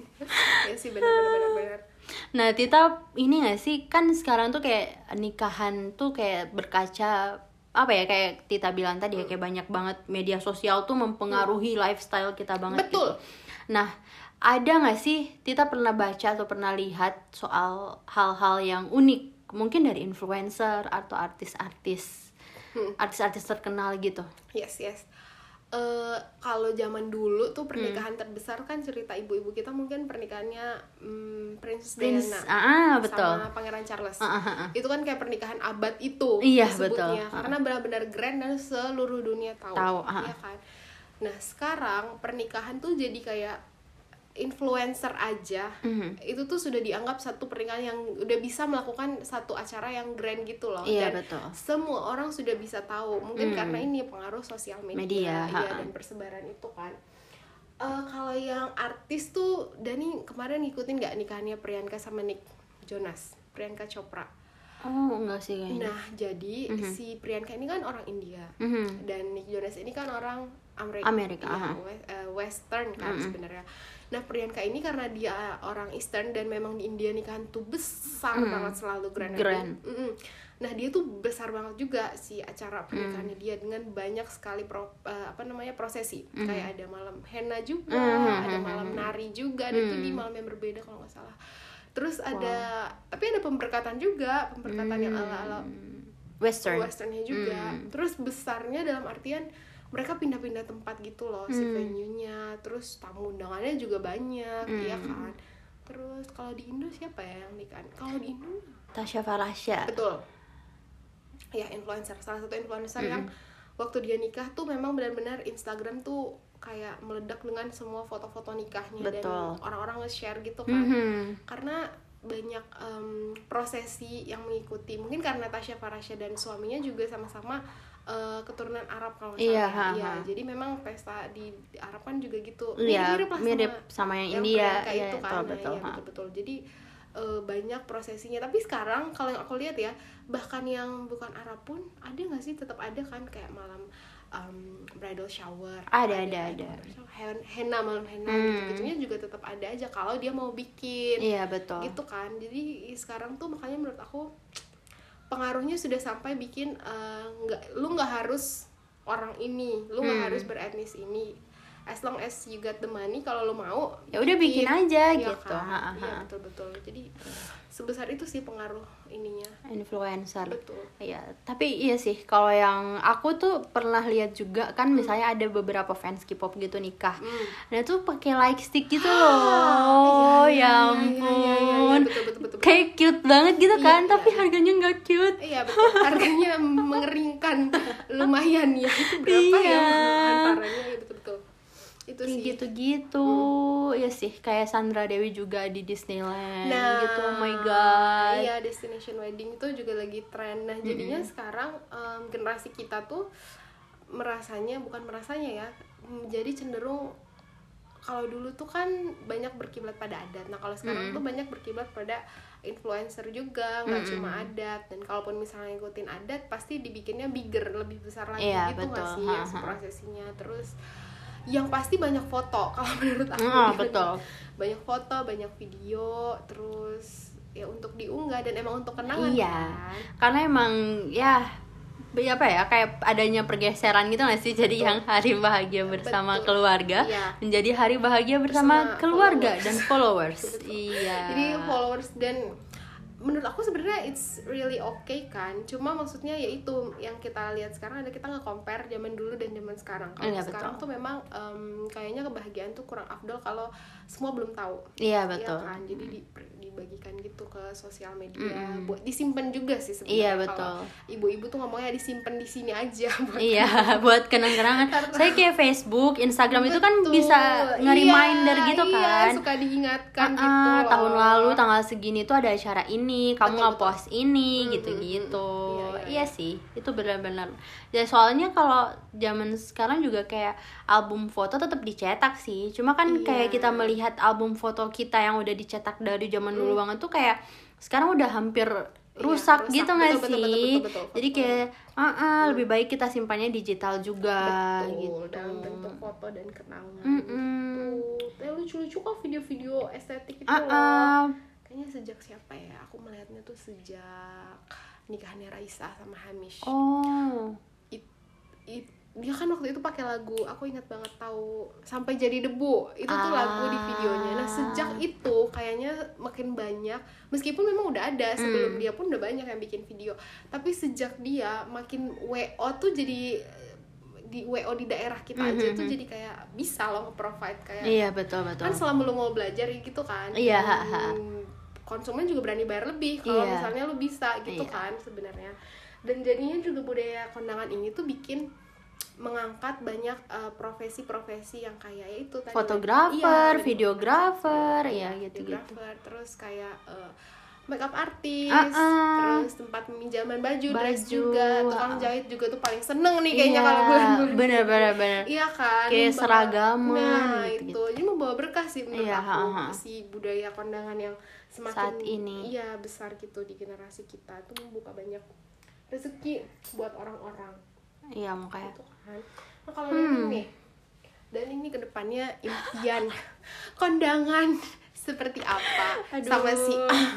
ya sih benar-benar benar. Nah, Tita ini nggak sih, kan sekarang tuh kayak nikahan tuh kayak berkaca apa ya, kayak Tita bilang tadi ya, kayak banyak banget media sosial tuh mempengaruhi hmm. lifestyle kita banget. Betul. Gitu. Nah, ada nggak sih Tita pernah baca atau pernah lihat soal hal-hal yang unik mungkin dari influencer atau artis-artis hmm. artis-artis terkenal gitu? Yes yes. Uh, kalau zaman dulu tuh pernikahan hmm. terbesar kan cerita ibu-ibu kita mungkin pernikahannya um, Princess Prince, Diana ah, betul. sama Pangeran Charles. Ah, ah, ah. Itu kan kayak pernikahan abad itu iya, disebutnya, betul. karena benar-benar grand dan seluruh dunia tahu. Tahu, ah. Iya kan. Nah sekarang pernikahan tuh jadi kayak influencer aja, mm-hmm. itu tuh sudah dianggap satu pernikahan yang udah bisa melakukan satu acara yang grand gitu loh. Iya, dan betul. semua orang sudah bisa tahu, mungkin mm. karena ini pengaruh sosial media, media ya, dan persebaran itu kan. Uh, kalau yang artis tuh, Dani kemarin ngikutin nggak nikahannya Priyanka sama Nick Jonas, Priyanka Chopra? Oh enggak sih kayaknya. Nah jadi mm-hmm. si Priyanka ini kan orang India, mm-hmm. dan Nick Jonas ini kan orang Amerika, Amerika ya, uh, Western kan mm-hmm. sebenarnya. Nah Priyanka ini karena dia orang Eastern dan memang di India nikahan tuh besar mm. banget, selalu grand. grand. Nah dia tuh besar banget juga si acara pernikahannya mm. dia, dengan banyak sekali pro, uh, apa namanya prosesi, mm. kayak ada malam henna juga, mm. ada malam nari juga, dan mm. itu di malam yang berbeda kalau nggak salah. Terus ada, wow. tapi ada pemberkatan juga, pemberkatan mm. yang ala-ala Western. Westernnya juga. Mm. Terus besarnya dalam artian mereka pindah-pindah tempat gitu loh, mm. si venue-nya, terus tamu undangannya juga banyak, mm. ya kan. Terus kalau di Indo siapa ya yang nikahan? Kalau di Indo Tasya Farahsya. Betul. Ya, influencer, salah satu influencer mm. yang waktu dia nikah tuh memang benar-benar Instagram tuh kayak meledak dengan semua foto-foto nikahnya. Betul. Dan orang-orang nge-share gitu kan. Mm-hmm. Karena banyak um, prosesi yang mengikuti. Mungkin karena Tasya Farahsya dan suaminya juga sama-sama uh, keturunan Arab kalau nggak iya, salah. Iya, jadi memang pesta di, di Arab kan juga gitu. Iya, mirip lah mirip sama, sama yang India kayak iya, itu kan. Betul, betul, nah, ya, betul-betul. Jadi uh, banyak prosesinya. Tapi sekarang kalau yang aku lihat ya, bahkan yang bukan Arab pun ada nggak sih, tetap ada kan kayak malam Um, bridal shower, ada ada ada, ada. henna malam henna hmm. gitu-gitunya juga tetap ada aja kalau dia mau bikin, iya betul, gitu kan. Jadi sekarang tuh makanya menurut aku pengaruhnya sudah sampai bikin nggak, uh, lu nggak harus orang ini, lu nggak hmm. harus beretnis ini, as long as you got the money, kalau lu mau ya udah bikin aja ya gitu, kan? Iya betul betul. Jadi sebesar itu sih pengaruh ininya influencer. Betul. Iya, tapi iya sih kalau yang aku tuh pernah lihat juga kan, hmm. misalnya ada beberapa fans K-pop gitu nikah. Hmm. Nah, tuh pakai light stick gitu loh. Iya, ya ampun. Iya, iya, iya, iya, betul, betul, betul, betul. Kayak cute banget gitu kan, iya, tapi iya. harganya nggak cute. Iya, betul. Harganya mengeringkan lumayan ya. Itu berapa iya. ya antaranya? Ya, betul-betul. Itu sih gitu-gitu. Hmm. Ya sih, kayak Sandra Dewi juga di Disneyland nah, gitu. Oh my god. Iya, destination wedding itu juga lagi tren. Nah, jadinya mm-hmm. sekarang um, generasi kita tuh merasanya, bukan merasanya ya, jadi cenderung kalau dulu tuh kan banyak berkiblat pada adat. Nah, kalau sekarang mm-hmm. tuh banyak berkiblat pada influencer juga, nggak mm-hmm. cuma adat. Dan kalaupun misalnya ngikutin adat, pasti dibikinnya bigger, lebih besar lagi iya, gitu nggak sih ya prosesinya. Terus yang pasti banyak foto kalau menurut aku. Oh, betul. Banyak foto, banyak video, terus ya untuk diunggah dan emang untuk kenangan. Iya. Kan? Karena emang ya apa ya, kayak adanya pergeseran gitu nggak sih, jadi betul. Yang hari bahagia bersama betul. Keluarga iya. menjadi hari bahagia bersama, bersama keluarga followers. Dan followers. Iya. Jadi followers dan menurut aku sebenarnya it's really okay kan, cuma maksudnya ya itu yang kita lihat sekarang ada, kita nge-compare zaman dulu dan zaman sekarang. Kalau iya, sekarang betul. Tuh memang um, kayaknya kebahagiaan tuh kurang afdol kalau semua belum tahu. Iya betul. Ya kan, jadi di, dibagikan gitu ke sosial media, mm. buat disimpan juga sih sebenarnya. Iya betul. Kalau ibu-ibu tuh ngomongnya disimpan di sini aja. Buat iya, buat kenang-kenangan. Saya kayak Facebook, Instagram betul. Itu kan bisa nge-reminder iya, gitu kan. Iya, suka diingatkan uh-uh, gitu. Loh. Tahun lalu tanggal segini tuh ada acara ini, kamu nge-post ini, hmm, gitu-gitu. Hmm, iya, iya, iya, iya sih, itu benar-benar. Ya soalnya kalau zaman sekarang juga kayak album foto tetap dicetak sih. Cuma kan iya. kayak kita melihat album foto kita yang udah dicetak dari zaman hmm. dulu banget tuh kayak sekarang udah hampir rusak, iya, rusak gitu nggak sih? Betul, betul, betul, betul, betul. Jadi kayak uh -uh, hmm. lebih baik kita simpannya digital juga. Betul, gitu. Dalam bentuk foto dan kenangan. Mm -mm. Gitu. Eh, lucu-lucu kok video-video estetik itu uh -uh. loh. Kayaknya sejak siapa ya? Aku melihatnya tuh sejak nikahannya Raisa sama Hamish. Oh. It, it, dia kan waktu itu pakai lagu, aku ingat banget tahu Sampai Jadi Debu. Itu tuh ah. lagu di videonya. Nah, sejak itu kayaknya makin banyak, meskipun memang udah ada sebelum mm. dia pun udah banyak yang bikin video. Tapi sejak dia makin W O tuh jadi di W O di daerah kita mm-hmm. aja tuh jadi kayak bisa loh nge-provide kayak. Iya, betul betul. Kan selama lu mau belajar gitu kan. Iya, hmm, konsumen juga berani bayar lebih kalau iya. misalnya lu bisa gitu iya. kan sebenarnya. Dan jadinya juga budaya kondangan ini tuh bikin mengangkat banyak uh, profesi-profesi yang kayak ya itu tadi, fotografer, iya, videografer, ya gitu-gitu. Terus kayak uh, makeup artist, uh-uh. terus tempat peminjaman baju, baju, dress juga, tukang jahit juga tuh paling seneng nih kayaknya iya, kalau bulan-bulan. Bener-bener bener. Iya kan. Kayak membawa, seragaman. Nah gitu, itu, gitu. Jadi membawa berkah sih menurut iya, aku ha-ha. si budaya kondangan yang semakin saat ini. Iya besar gitu di generasi kita tuh membuka banyak rezeki buat orang-orang. Iya makanya. Gitu kan. Nah kalau hmm. nih, dan ini kedepannya impian kondangan seperti apa? Aduh. Sama si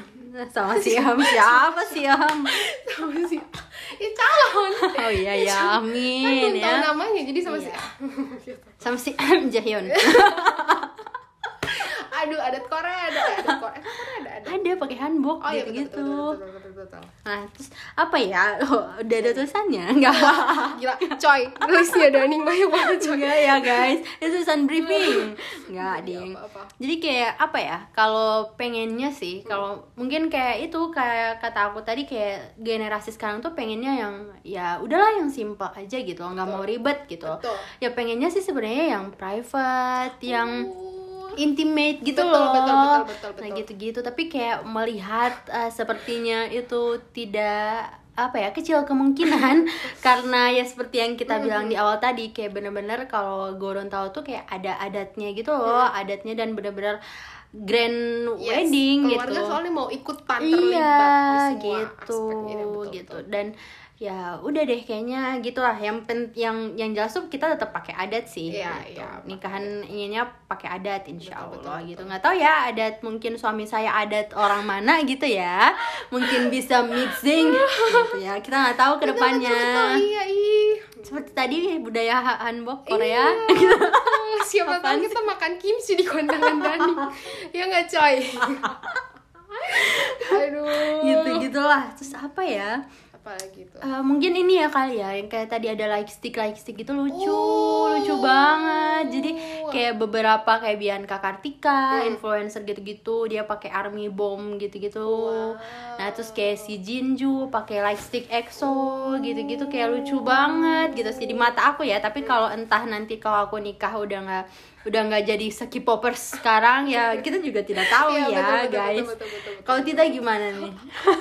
sama si Am siapa si Am? Sama si ya calon. Oh iya ya, amin kan ya. Tahu namanya jadi sama iya. si sama si Am Jahyun. Aduh, adat Korea ada, adat Korea, Korea ada, ada. Ada, udah pakai hanbok Oh, iya, gitu betul, gitu. betul, betul, betul, betul, betul. Nah terus apa ya, oh, udah ada tulisannya nggak? Gila, coy, nulisnya Daning banyak banget coy. Enggak ya guys, itu tulisan briefing. Enggak ding. apa-apa. Jadi kayak apa ya, kalau pengennya sih, kalau mungkin kayak itu kayak kata aku tadi, kayak generasi sekarang tuh pengennya yang ya udahlah yang simple aja gitu, nggak mau ribet gitu. Betul. Ya pengennya sih sebenarnya yang private, yang intimate gitu Betul, loh. betul, betul, betul, betul. Nah gitu-gitu, tapi kayak melihat uh, sepertinya itu tidak apa ya, kecil kemungkinan karena ya seperti yang kita bilang di awal tadi, kayak bener-bener kalau Gorontalo tuh kayak ada adatnya gitu loh, adatnya dan bener-bener grand Yes, wedding keluarga gitu. soalnya mau ikutan terlibat Iya di semua gitu aspeknya, betul, gitu betul. dan ya udah deh kayaknya gitulah, yang pen yang yang jelas tuh kita tetap pakai adat sih. Iya, gitu. iya, Nikahan inginnya pakai adat insya Betul, Allah betul, gitu. betul. Nggak tahu ya adat, mungkin suami saya adat orang mana gitu ya, mungkin bisa mixing gitu ya, kita nggak tahu ke depannya. Betul, betul, iya, ih. Seperti tadi budaya hanbok Korea Iya. gitu. Siapa tahu kita makan kimchi di kondangan Dani. Ya nggak coy. Aduh. gitu gitulah. Terus apa ya? Apalagi tuh. Uh, mungkin ini ya kali ya, yang kayak tadi ada light stick light stick gitu, lucu Oh. lucu banget. Jadi kayak beberapa kayak Bianca Kartika, Hmm. influencer gitu-gitu, dia pakai army bomb gitu-gitu. Wow. Nah terus kayak si Jinju pakai light stick EXO gitu-gitu, kayak lucu banget gitu sih di mata aku ya. Tapi kalau entah nanti kalau aku nikah udah nggak udah nggak jadi K-popers sekarang ya, kita juga tidak tahu Iya, ya betul, betul, guys. betul, betul, betul, betul. Kalau kita gimana nih?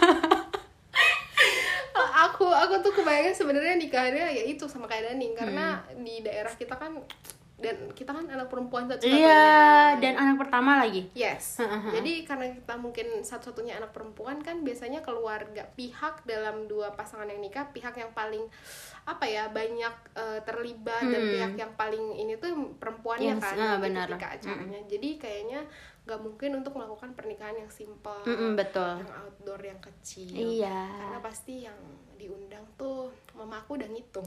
aku aku tuh kebayangnya sebenarnya nikahannya ya itu sama kayak Daning, karena di daerah kita kan, dan kita kan anak perempuan satu-satunya. Iya, dan anak pertama lagi. Yes. Jadi karena kita mungkin satu-satunya anak perempuan kan, biasanya keluarga pihak dalam dua pasangan yang nikah, pihak yang paling apa ya banyak uh, terlibat dan Hmm. pihak yang paling ini tuh perempuannya Yes, kan ah, gitu benar. ketika acaranya. Jadi kayaknya nggak mungkin untuk melakukan pernikahan yang simple, Mm-mm, betul. yang outdoor, yang kecil. Iya. Karena pasti yang diundang tuh mama aku udah ngitung.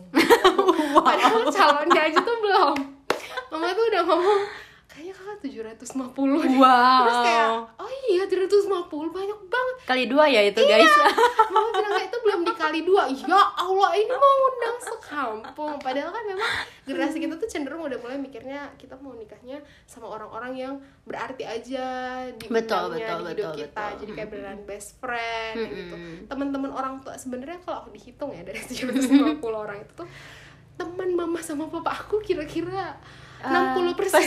Padahal calonnya aja tuh belum. Mama tuh udah ngomong kayaknya kakak tujuh ratus lima puluh deh. Wow. Terus kayak oh iya tujuh ratus lima puluh banyak banget. Kali dua ya itu guys. Mama bilang kayak itu belum dikali dua. Ya Allah, ini mau undang sekampung. Padahal kan memang generasi kita tuh cenderung udah mulai mikirnya kita mau nikahnya sama orang-orang yang berarti aja di Betul, undangnya, betul, di hidup betul, kita. betul. Jadi kayak beneran best friend Mm-mm. gitu. Teman-teman orang tua sebenarnya kalau aku dihitung ya dari tujuh ratus lima puluh orang itu tuh teman mama sama papa aku kira-kira enam puluh persen.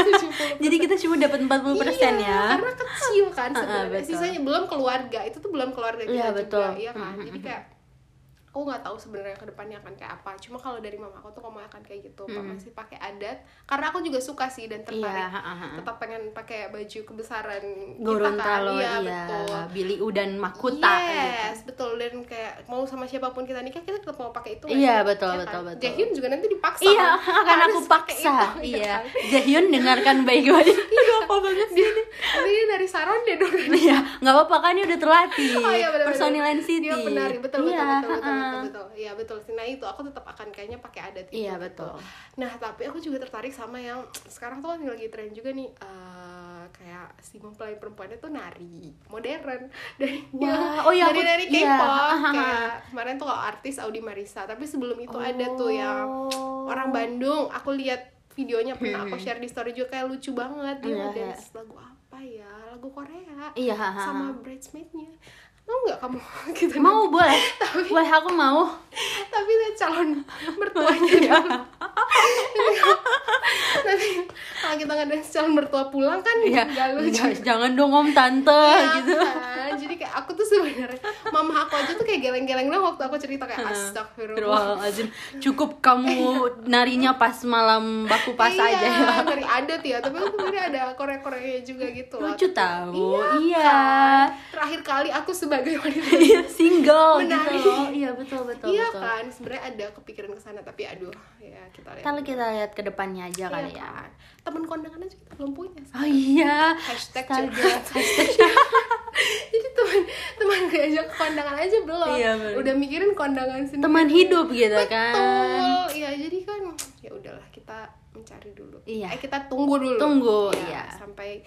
Jadi kita cuma dapat empat puluh persen Iya, ya. karena kecil kan Uh-uh, sebenarnya. betul. Sisanya belum keluarga, itu tuh belum keluarga kita Iya, juga, betul. iya kan. Mm-hmm. Jadi kayak aku nggak tahu sebenarnya ke depannya akan kayak apa. Cuma kalau dari mama aku tuh ngomong akan kayak gitu, Pak, masih pakai adat. Karena aku juga suka sih dan tertarik. Iya, ha-ha. Tetap pengen pakai baju kebesaran Gorontalo, kita kan. Iya, iya. betul. Biliu dan Makuta Yes, gitu. betul. Dan kayak mau sama siapapun kita nikah, kita tetap mau pakai itu. Iya, nggak sih? betul, Iya betul, kan? betul. Jaehyun juga nanti dipaksa. Iya, kan? akan aku Harus pakai paksa. itu, Iya. kan? Jaehyun dengarkan baik-baik. Aduh, apa banget sih ini? Tapi dia dari Saronde dong. Iya, nggak apa-apa kan, dia udah terlatih. Oh, iya, benar-benar. Personil N C T. Dia penari, betul, betul, Iya, betul, betul, ha-ha. betul, betul. Iya, betul. Nah, itu aku tetap akan kayaknya pakai adat itu. Iya, gitu. betul. Nah, tapi aku juga tertarik sama yang sekarang tuh kan lagi tren juga nih, eh, kayak si mempelai perempuannya tuh nari modern dari Wah, oh iya, dari aku- dari iya, K-pop ha-ha. kayak kemarin tuh kalau artis Audi Marisa, tapi sebelum itu ada tuh yang Oh. orang Bandung, aku lihat videonya pernah aku share di story juga, kayak lucu banget dia Iya, ngedance lagu apa ya, lagu Korea Iya, ha-ha. sama bridesmaidnya. Mau nggak kamu gitu? Mau, boleh. Boleh, aku mau. Tapi lihat calon mertuanya ya. Nanti kalau kita ngedance calon mertua pulang kan Iya. nggak lucu. Nggak, jangan dong om tante Iya gitu. kan? Jadi kayak aku tuh sebenarnya mama aku aja tuh kayak geleng-geleng dong waktu aku cerita kayak astagfirullah. Astagfirullahaladzim. Cukup kamu narinya pas malam baku pas Iya, aja ya. dari adat ya, tapi aku sebenarnya ada Korea-Korea juga gitu loh. Lucu tahu. Iya, Iya. kan? Terakhir kali aku sebagai wanita Iya, single Menari. gitu loh. Iya, betul betul iya betul. kan, sebenarnya ada kepikiran ke sana, tapi aduh ya kita lihat. Kalau kita lihat ke depannya aja Iya kali ya. kan? Temen kondangan aja kita belum punya. Oh iya. Hashtag Astaga. curhat. Jadi teman teman diajak ke kondangan aja belum. Iya, bener. Udah mikirin kondangan sendiri. Teman hidup gitu kan. Betul. Iya, jadi kan ya udahlah kita mencari dulu. Iya. Eh kita tunggu dulu. Tunggu, Ya, iya. sampai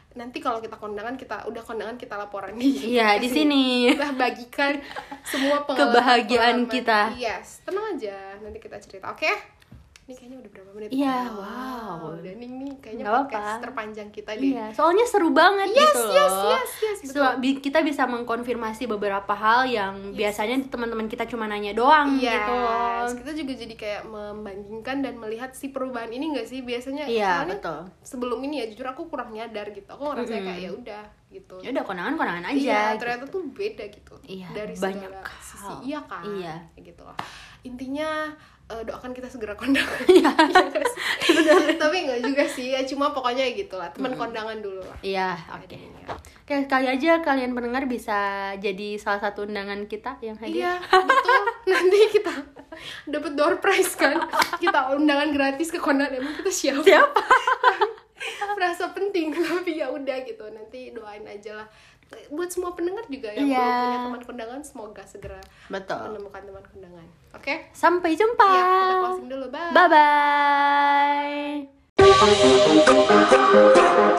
nanti kalau kita kondangan kita udah kondangan kita laporan di iya di sini kita bagikan semua kebahagiaan kita. Yes, tenang aja nanti kita cerita. Oke okay? Ini kayaknya udah berapa menit? Iya, wow, wow. Udah nih, nih kayaknya Gak podcast apa-apa. terpanjang kita deh. Iya, soalnya seru banget yes, gitu loh. Yes, yes, yes, betul. So, bi- kita bisa mengkonfirmasi beberapa hal yang yes. biasanya teman-teman kita cuma nanya doang yes. gitu loh. Kita juga jadi kayak membandingkan dan melihat si perubahan ini nggak sih biasanya. Iya, soalnya betul. Sebelum ini ya jujur aku kurang nyadar gitu. Aku ngerasa mm-hmm. kayak ya udah gitu. Ya udah kondangan-kondangan aja. Iya, gitu. ternyata tuh beda gitu. Iya, dari banyak segala hal. sisi. Iya kan? Iya. Gitu loh. Intinya uh, doakan kita segera kondangan. Iya. Tapi enggak juga sih, ya cuma pokoknya gitu lah, teman hmm. kondangan dulu lah. Iya, oke. Okay. Oke, kali aja kalian pendengar bisa jadi salah satu undangan kita yang hadir. Iya, betul. Nanti kita dapat door prize kan. Kita undangan gratis ke kondangan, emang kita siapa? Siapa? Merasa penting, tapi ya udah gitu. Nanti doain aja lah. Buat semua pendengar juga yang yeah. belum punya teman kondangan, semoga segera Betul. menemukan teman kondangan. Oke? Okay? Sampai jumpa. Ya, kita closing dulu. Bye. Bye bye.